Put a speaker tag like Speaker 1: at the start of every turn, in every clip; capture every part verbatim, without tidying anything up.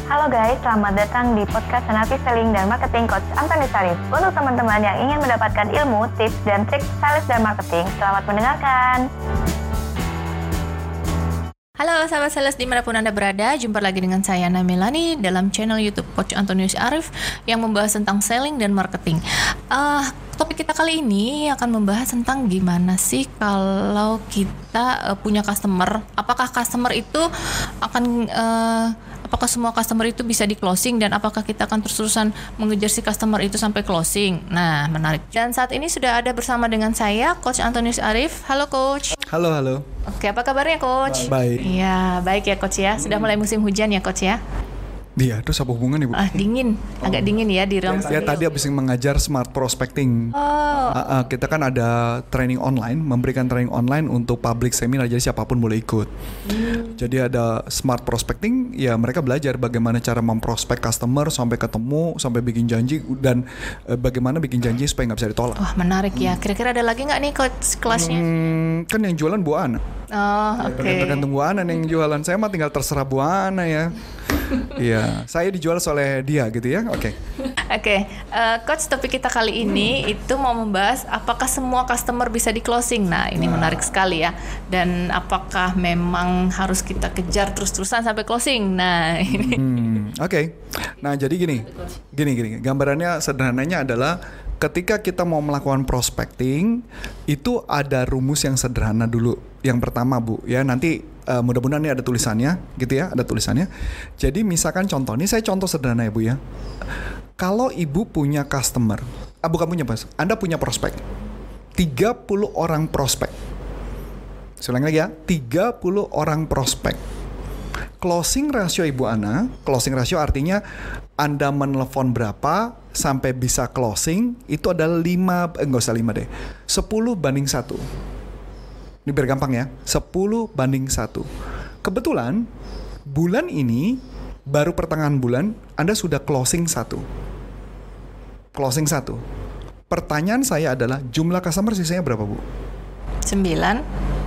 Speaker 1: Halo guys, selamat datang di podcast Senapi Selling dan Marketing Coach Antoni Sarif. Untuk teman-teman yang ingin mendapatkan ilmu, tips, dan trik sales dan marketing, selamat mendengarkan.
Speaker 2: Halo sahabat sales dimanapun Anda berada, jumpa lagi dengan saya Namelani dalam channel YouTube Coach Antoni Sarif yang membahas tentang selling dan marketing. Uh, topik kita kali ini akan membahas tentang gimana sih kalau kita uh, punya customer, apakah customer itu akan uh, apakah semua customer itu bisa di closing dan apakah kita akan terus-terusan mengejar si customer itu sampai closing. Nah, menarik. Dan saat ini sudah ada bersama dengan saya Coach Antoni Sarif. Halo Coach.
Speaker 3: Halo, halo.
Speaker 2: Oke, apa kabarnya Coach?
Speaker 3: Baik.
Speaker 2: Iya, baik ya Coach ya. Sudah mulai musim hujan ya Coach ya?
Speaker 3: Iya, terus apa hubungan Ibu?
Speaker 2: Ah, dingin, agak dingin ya di ruang
Speaker 3: Ya, tadi habis mengajar smart prospecting.
Speaker 2: Oh.
Speaker 3: Uh, uh, kita kan ada training online, memberikan training online untuk public seminar, jadi siapapun boleh ikut. Hmm. Jadi ada smart prospecting, ya mereka belajar bagaimana cara memprospek customer sampai ketemu, sampai bikin janji, dan uh, bagaimana bikin janji supaya nggak bisa ditolak.
Speaker 2: Wah, menarik ya. Kira-kira ada lagi nggak nih Coach kelasnya?
Speaker 3: Hmm, kan yang jualan Bu Ana.
Speaker 2: Oh, oke. Okay.
Speaker 3: Tergantung Bu Ana yang jualan. Saya mah tinggal terserah Bu Ana ya. Iya, saya dijual oleh dia gitu ya. Oke. Okay.
Speaker 2: Oke, okay. uh, Coach, topik kita kali ini hmm. itu mau membahas apakah semua customer bisa di closing. Nah, ini nah. menarik sekali ya. Dan apakah memang harus kita kejar terus-terusan sampai closing? Nah, ini.
Speaker 3: Hmm, Oke. Okay. Nah, jadi gini, gini, gini. Gambarannya sederhananya adalah ketika kita mau melakukan prospecting, itu ada rumus yang sederhana dulu. Yang pertama Bu, ya nanti uh, mudah-mudahan ini ada tulisannya, gitu ya, ada tulisannya. Jadi misalkan contoh, ini saya contoh sederhana ya Bu ya. Kalau Ibu punya customer, ah bukan punya Mas, Anda punya prospek, tiga puluh orang prospek. Saya ulangi lagi ya, tiga puluh orang prospek. Closing ratio Ibu Ana, closing ratio artinya Anda menelpon berapa sampai bisa closing, itu adalah lima, eh, enggak usah lima deh, sepuluh banding satu. Ini biar gampang ya, sepuluh banding satu. Kebetulan bulan ini baru pertengahan bulan Anda sudah closing satu. Closing satu. Pertanyaan saya adalah jumlah customer sisanya berapa Bu?
Speaker 2: Sembilan.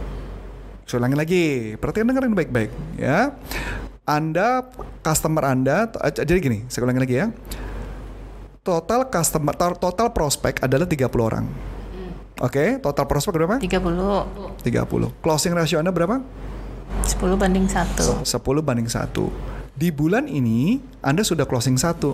Speaker 3: Saya ulangi lagi, perhatikan dengerin baik-baik ya. Anda, customer Anda, jadi gini, saya ulangi lagi ya. Total customer, total prospek adalah tiga puluh orang. Oke, okay, total prospek berapa?
Speaker 2: tiga puluh.
Speaker 3: tiga puluh. Closing ratio Anda berapa?
Speaker 2: sepuluh banding satu.
Speaker 3: sepuluh banding satu. Di bulan ini Anda sudah closing satu.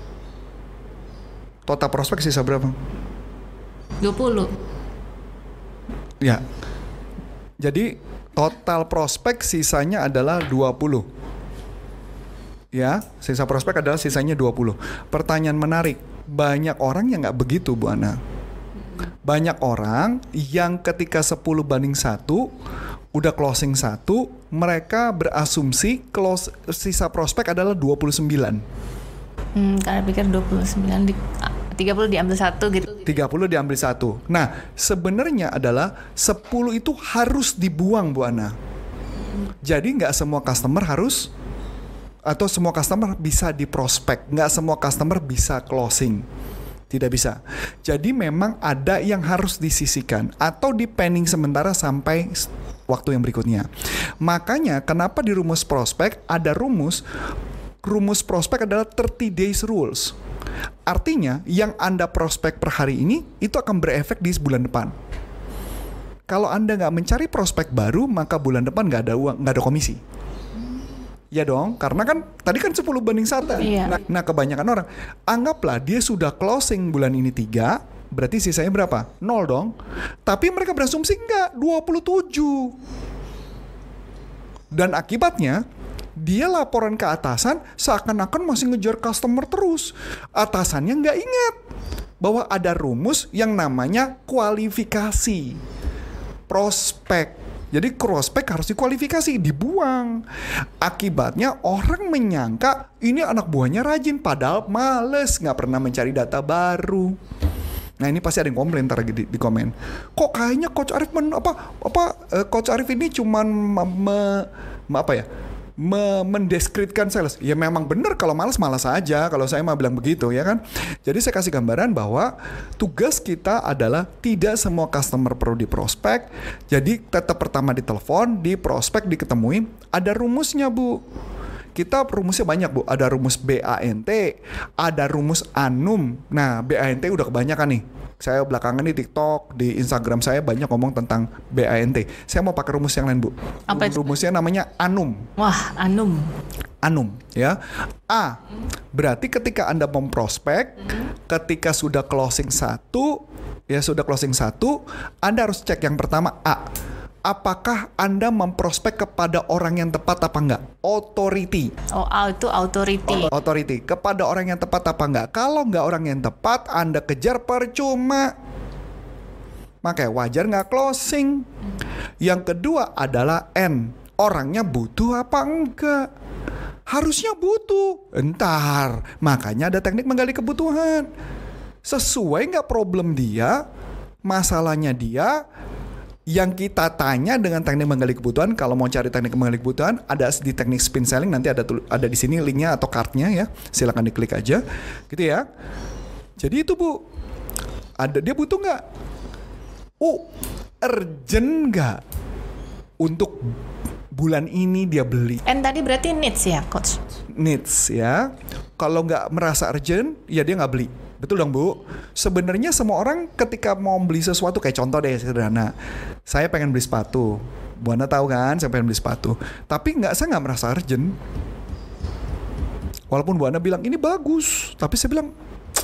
Speaker 3: Total prospek sisa berapa?
Speaker 2: dua puluh.
Speaker 3: Ya. Jadi total prospek sisanya adalah dua puluh. Ya, sisa prospek adalah sisanya dua puluh. Pertanyaan menarik, banyak orang yang nggak begitu Bu Ana. Banyak orang yang ketika sepuluh banding satu udah closing satu, mereka berasumsi close, sisa prospek adalah dua puluh sembilan.
Speaker 2: Hmm, karena pikir dua puluh sembilan di, tiga puluh diambil satu gitu.
Speaker 3: tiga puluh diambil satu. Nah, sebenarnya adalah sepuluh itu harus dibuang Bu Ana. Jadi nggak semua customer harus atau semua customer bisa diprospek, nggak semua customer bisa closing. Tidak bisa. Jadi memang ada yang harus disisihkan atau di pending sementara sampai waktu yang berikutnya. Makanya kenapa di rumus prospek ada rumus, rumus prospek adalah thirty days rules. Artinya yang Anda prospek per hari ini itu akan berefek di bulan depan. Kalau Anda nggak mencari prospek baru, maka bulan depan nggak ada uang, nggak ada komisi. Ya dong, karena kan tadi kan sepuluh banding satu.
Speaker 2: Iya.
Speaker 3: Nah, nah kebanyakan orang, anggaplah dia sudah closing bulan ini tiga, berarti sisanya berapa? Nol dong. Tapi mereka berasumsi enggak, dua puluh tujuh. Dan akibatnya, dia laporan ke atasan seakan-akan masih ngejar customer terus. Atasannya nggak ingat bahwa ada rumus yang namanya kualifikasi prospek. Jadi prospek harus dikualifikasi, dibuang. Akibatnya orang menyangka ini anak buahnya rajin, padahal males, nggak pernah mencari data baru. Nah ini pasti ada yang komplain ntar di, di komen. Kok kayaknya Coach Arif men, apa apa uh, Coach Arif ini cuman me, me, me, apa ya? Me, mendeskripsikan sales. Ya memang benar, kalau malas malas aja, kalau saya mah bilang begitu ya kan. Jadi saya kasih gambaran bahwa tugas kita adalah tidak semua customer perlu diprospek. Jadi tetap pertama ditelepon, di prospek, diketemuin, ada rumusnya Bu. kita rumusnya banyak Bu. Ada rumus B A N T, ada rumus ANUM. Nah, B A N T udah kebanyakan nih. Saya belakangan di TikTok, di Instagram saya banyak ngomong tentang B A N T. Saya mau pakai rumus yang lain Bu.
Speaker 2: Apa itu?
Speaker 3: Rumusnya namanya ANUM.
Speaker 2: Wah, ANUM.
Speaker 3: ANUM ya. A, berarti ketika Anda memprospek, ketika sudah closing satu, ya sudah closing satu, Anda harus cek yang pertama A. Apakah Anda memprospek kepada orang yang tepat apa enggak? Authority.
Speaker 2: Oh, A itu authority.
Speaker 3: Authority. Kepada orang yang tepat apa enggak? Kalau enggak orang yang tepat, Anda kejar percuma. Makanya wajar nggak closing. Yang kedua adalah N. Orangnya butuh apa enggak? Harusnya butuh. Entar. Makanya ada teknik menggali kebutuhan. Sesuai nggak problem dia, masalahnya dia, yang kita tanya dengan teknik menggali kebutuhan. Kalau mau cari teknik menggali kebutuhan, ada di teknik spin selling, nanti ada ada di sini linknya atau cardnya ya. Silakan diklik aja, gitu ya. Jadi itu Bu, ada dia butuh nggak? Uh, urgent nggak untuk bulan ini dia beli?
Speaker 2: N tadi berarti needs ya, Coach?
Speaker 3: Needs ya. Kalau nggak merasa urgent, ya dia nggak beli. Betul dong Bu. Sebenarnya semua orang ketika mau beli sesuatu, kayak contoh deh sederhana, saya pengen beli sepatu. Bu Ana tahu kan, saya pengen beli sepatu. Tapi nggak, saya nggak merasa urgent. Walaupun Bu Ana bilang ini bagus, tapi saya bilang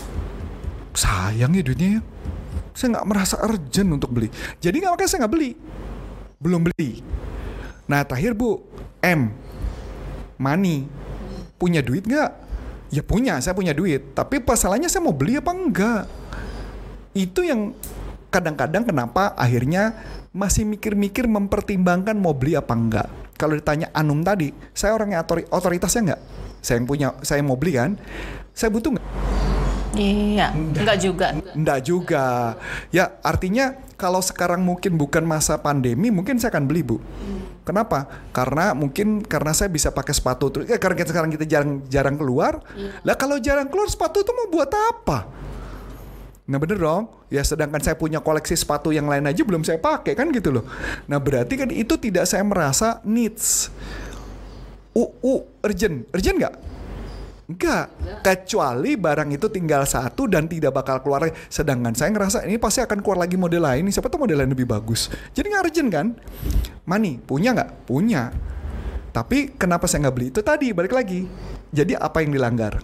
Speaker 3: sayang ya duitnya ya. Saya nggak merasa urgent untuk beli. Jadi nggak, makanya saya nggak beli. Belum beli. Nah terakhir Bu, M, money. Punya duit nggak? Ya punya, saya punya duit. Tapi masalahnya saya mau beli apa enggak? Itu yang kadang-kadang kenapa akhirnya masih mikir-mikir mempertimbangkan mau beli apa enggak. Kalau ditanya Anum tadi, saya orang yang otori- otoritasnya enggak? Saya yang punya, saya mau beli kan? Saya butuh enggak?
Speaker 2: Iya, enggak juga.
Speaker 3: Enggak juga. Ya artinya kalau sekarang mungkin bukan masa pandemi, mungkin saya akan beli Bu. Kenapa? Karena mungkin karena saya bisa pakai sepatu terus. Ya, karena sekarang kita jarang jarang keluar. Lah kalau jarang keluar sepatu itu mau buat apa? Nah bener dong. Ya sedangkan saya punya koleksi sepatu yang lain aja belum saya pakai kan gitu loh. Nah berarti kan itu tidak saya merasa needs. Uh, uh, urgent. Urgent nggak? Enggak, kecuali barang itu tinggal satu dan tidak bakal keluar lagi. Sedangkan saya ngerasa ini pasti akan keluar lagi model lain. Siapa tahu model lain lebih bagus. Jadi nggak urgent kan? Money, punya nggak? Punya. Tapi kenapa saya nggak beli? Itu tadi, balik lagi. Jadi apa yang dilanggar?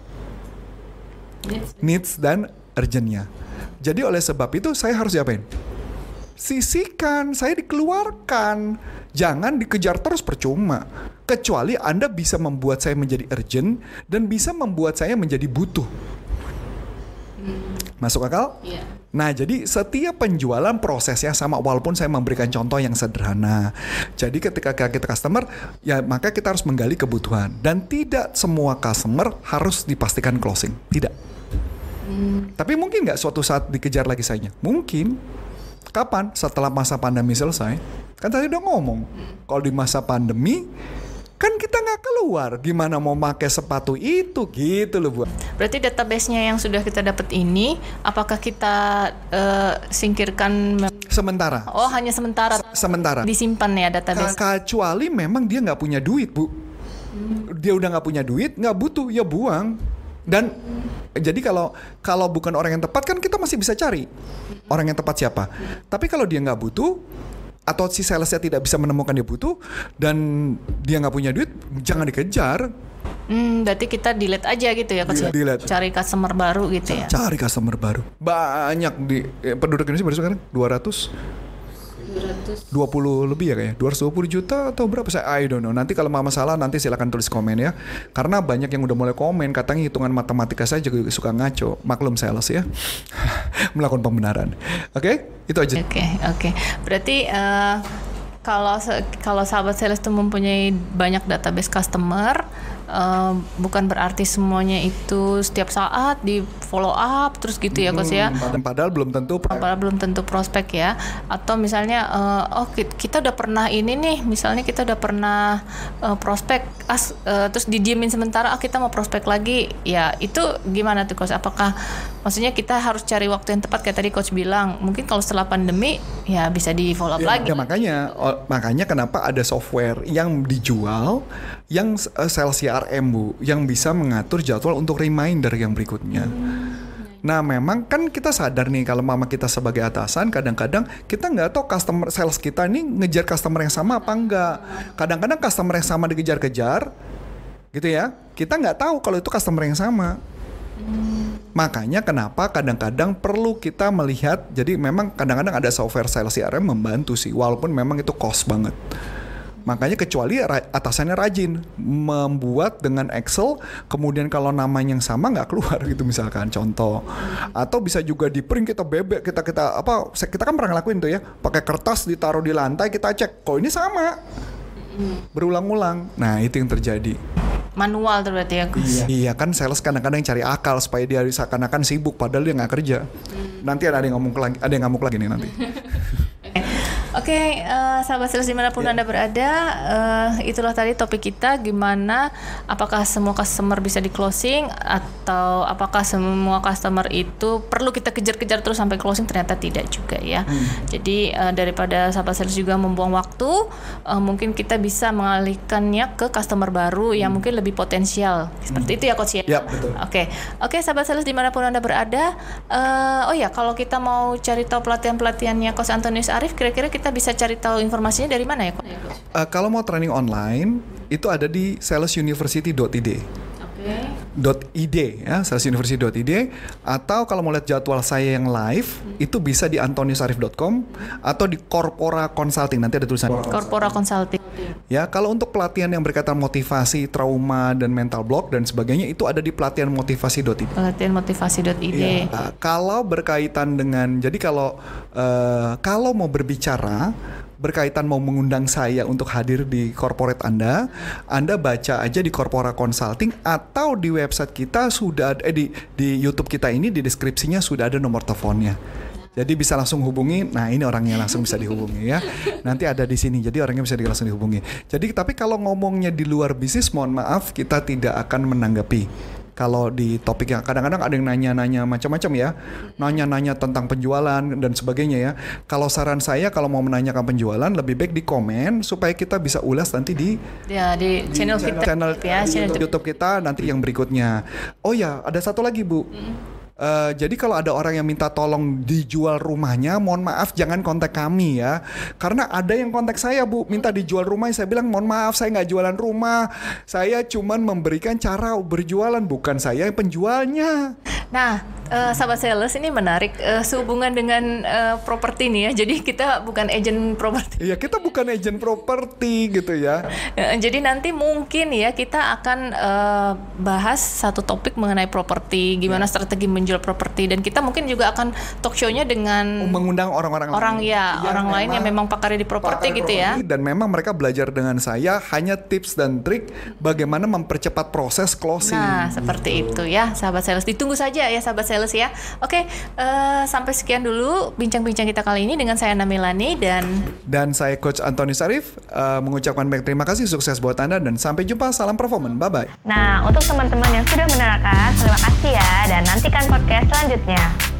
Speaker 3: Needs dan urgentnya. Jadi oleh sebab itu saya harus diapain? Sisihkan, saya dikeluarkan. Jangan dikejar terus percuma. Kecuali Anda bisa membuat saya menjadi urgent dan bisa membuat saya menjadi butuh. Masuk akal?
Speaker 2: Iya.
Speaker 3: Nah, jadi setiap penjualan prosesnya sama, walaupun saya memberikan contoh yang sederhana. Jadi ketika kita customer, ya maka kita harus menggali kebutuhan. Dan tidak semua customer harus dipastikan closing. Tidak. Hmm. Tapi mungkin nggak suatu saat dikejar lagi sayanya? Mungkin. Kapan? Setelah masa pandemi selesai. Kan tadi udah ngomong. Kalau di masa pandemi, kan kita nggak keluar, gimana mau pakai sepatu itu gitu loh Bu.
Speaker 2: Berarti database-nya yang sudah kita dapat ini, apakah kita uh, singkirkan?
Speaker 3: Sementara.
Speaker 2: Oh hanya sementara.
Speaker 3: Sementara.
Speaker 2: Disimpan ya database.
Speaker 3: Kecuali memang dia nggak punya duit Bu. Hmm. Dia udah nggak punya duit, nggak butuh, ya buang. Dan hmm. jadi kalau kalau bukan orang yang tepat kan kita masih bisa cari orang yang tepat siapa. Hmm. Tapi kalau dia nggak butuh, atau si salesnya tidak bisa menemukan dia butuh dan dia nggak punya duit, jangan dikejar.
Speaker 2: Hmm, berarti kita delete aja gitu ya, Coach.
Speaker 3: Delete.
Speaker 2: Cari customer baru gitu ya.
Speaker 3: Cari customer baru. Banyak di eh, penduduk Indonesia berapa sekarang? dua ratus dua puluh lebih ya kayaknya. dua ratus dua puluh juta atau berapa saya I don't know. Nanti kalau mama salah nanti silakan tulis komen ya. Karena banyak yang udah mulai komen katanya hitungan matematika saya juga suka ngaco. Maklum sales ya. Melakukan pembenaran. Oke, okay? Itu aja.
Speaker 2: Oke, okay, oke. Okay. Berarti uh, kalau kalau sahabat sales itu mempunyai banyak database customer, uh, bukan berarti semuanya itu setiap saat di follow up terus gitu ya, Coach ya.
Speaker 3: Hmm, padahal belum tentu
Speaker 2: padahal belum tentu prospek ya. Atau misalnya uh, oh kita udah pernah ini nih, misalnya kita udah pernah uh, prospek as, uh, terus didiemin sementara, ah kita mau prospek lagi. Ya, itu gimana tuh, Coach? Apakah Maksudnya kita harus cari waktu yang tepat kayak tadi coach bilang. Mungkin kalau setelah pandemi ya bisa di follow up
Speaker 3: ya,
Speaker 2: lagi.
Speaker 3: Ya makanya oh, makanya kenapa ada software yang dijual yang uh, sales C R M Bu, yang bisa mengatur jadwal untuk reminder yang berikutnya. Hmm. Nah memang kan kita sadar nih kalau mama kita sebagai atasan kadang-kadang kita nggak tahu customer sales kita ini ngejar customer yang sama apa enggak. Kadang-kadang customer yang sama dikejar-kejar gitu ya, kita nggak tahu kalau itu customer yang sama. Hmm. Makanya kenapa kadang-kadang perlu kita melihat, jadi memang kadang-kadang ada software sales C R M membantu sih, walaupun memang itu cost banget. Makanya kecuali atasannya rajin membuat dengan Excel, kemudian kalau namanya yang sama nggak keluar gitu misalkan contoh, atau bisa juga di print kita bebek kita kita apa kita kan pernah ngelakuin tuh ya, pakai kertas ditaruh di lantai kita cek, kok ini sama berulang-ulang. Nah itu yang terjadi.
Speaker 2: Manual tuh berarti ya Gus.
Speaker 3: Iya. Iya kan sales kadang-kadang cari akal supaya dia seakan-akan sibuk padahal dia nggak kerja. Hmm. Nanti ada yang ngomong lagi, ada yang ngamuk lagi nih nanti.
Speaker 2: Oke, okay, uh, sahabat sales dimanapun yeah. Anda berada, uh, itulah tadi topik kita, gimana apakah semua customer bisa di closing atau apakah semua customer itu perlu kita kejar-kejar terus sampai closing, ternyata tidak juga ya. Hmm. Jadi uh, daripada sahabat sales juga membuang waktu, uh, mungkin kita bisa mengalihkannya ke customer baru yang hmm. mungkin lebih potensial. Seperti hmm. itu ya Coach ya?
Speaker 3: Ya, betul.
Speaker 2: Oke, oke sahabat sales dimanapun Anda berada, uh, oh ya kalau kita mau cari tahu pelatihan-pelatihannya Coach Antonius Arif, kira-kira kita bisa cari tahu informasinya dari mana ya Coach?
Speaker 3: Uh, kalau mau training online itu ada di sales university dot i d. Oke. .id ya, sales university dot i d, atau kalau mau lihat jadwal saya yang live hmm. itu bisa di antonius arif dot com atau di Corpora Consulting, nanti ada tulisan
Speaker 2: Corpora Consulting.
Speaker 3: Ya, kalau untuk pelatihan yang berkaitan motivasi, trauma dan mental block dan sebagainya itu ada di pelatihan motivasi dot i d.
Speaker 2: Pelatihan motivasi dot i d.
Speaker 3: Ya, uh, kalau berkaitan dengan, jadi kalau uh, kalau mau berbicara berkaitan mau mengundang saya untuk hadir di corporate Anda, Anda baca aja di Corpora Consulting atau di website kita sudah ada, eh, di di YouTube kita ini di deskripsinya sudah ada nomor teleponnya. Jadi bisa langsung hubungi. Nah, ini orangnya langsung bisa dihubungi ya. Nanti ada di sini. Jadi orangnya bisa langsung dihubungi. Jadi tapi kalau ngomongnya di luar bisnis, mohon maaf kita tidak akan menanggapi. Kalau di topik yang kadang-kadang ada yang nanya-nanya macam-macam ya, nanya-nanya tentang penjualan dan sebagainya ya. Kalau saran saya kalau mau menanyakan penjualan lebih baik di komen supaya kita bisa ulas nanti di
Speaker 2: ya di, di channel, channel kita,
Speaker 3: channel,
Speaker 2: ya, channel
Speaker 3: YouTube, YouTube kita nanti yang berikutnya. Oh ya, ada satu lagi Bu. Hmm. Uh, jadi kalau ada orang yang minta tolong dijual rumahnya, mohon maaf jangan kontak kami ya. Karena ada yang kontak saya Bu, minta dijual rumah, saya bilang mohon maaf saya nggak jualan rumah, saya cuman memberikan cara berjualan, bukan saya yang penjualnya.
Speaker 2: Nah, uh, sahabat sales ini menarik uh, sehubungan dengan uh, properti nih ya. Jadi kita bukan agent properti.
Speaker 3: Iya, kita bukan agent properti gitu ya.
Speaker 2: Uh, jadi nanti mungkin ya kita akan uh, bahas satu topik mengenai properti, gimana ya. Strategi menjual jual properti, dan kita mungkin juga akan talk show-nya dengan
Speaker 3: mengundang orang-orang
Speaker 2: orang
Speaker 3: lain.
Speaker 2: ya, yang orang lain yang memang pakarnya di properti gitu ya.
Speaker 3: Dan memang mereka belajar dengan saya hanya tips dan trik bagaimana mempercepat proses closing.
Speaker 2: Nah, seperti gitu. Itu ya, sahabat sales. Ditunggu saja ya sahabat sales ya. Oke, uh, sampai sekian dulu bincang-bincang kita kali ini dengan saya Namelani dan
Speaker 3: dan saya Coach Antonius Arif uh, mengucapkan banyak terima kasih, sukses buat Anda dan sampai jumpa, salam performan. Bye bye.
Speaker 1: Nah, untuk teman-teman yang sudah menerangkan, terima kasih ya dan nantikan podcast selanjutnya.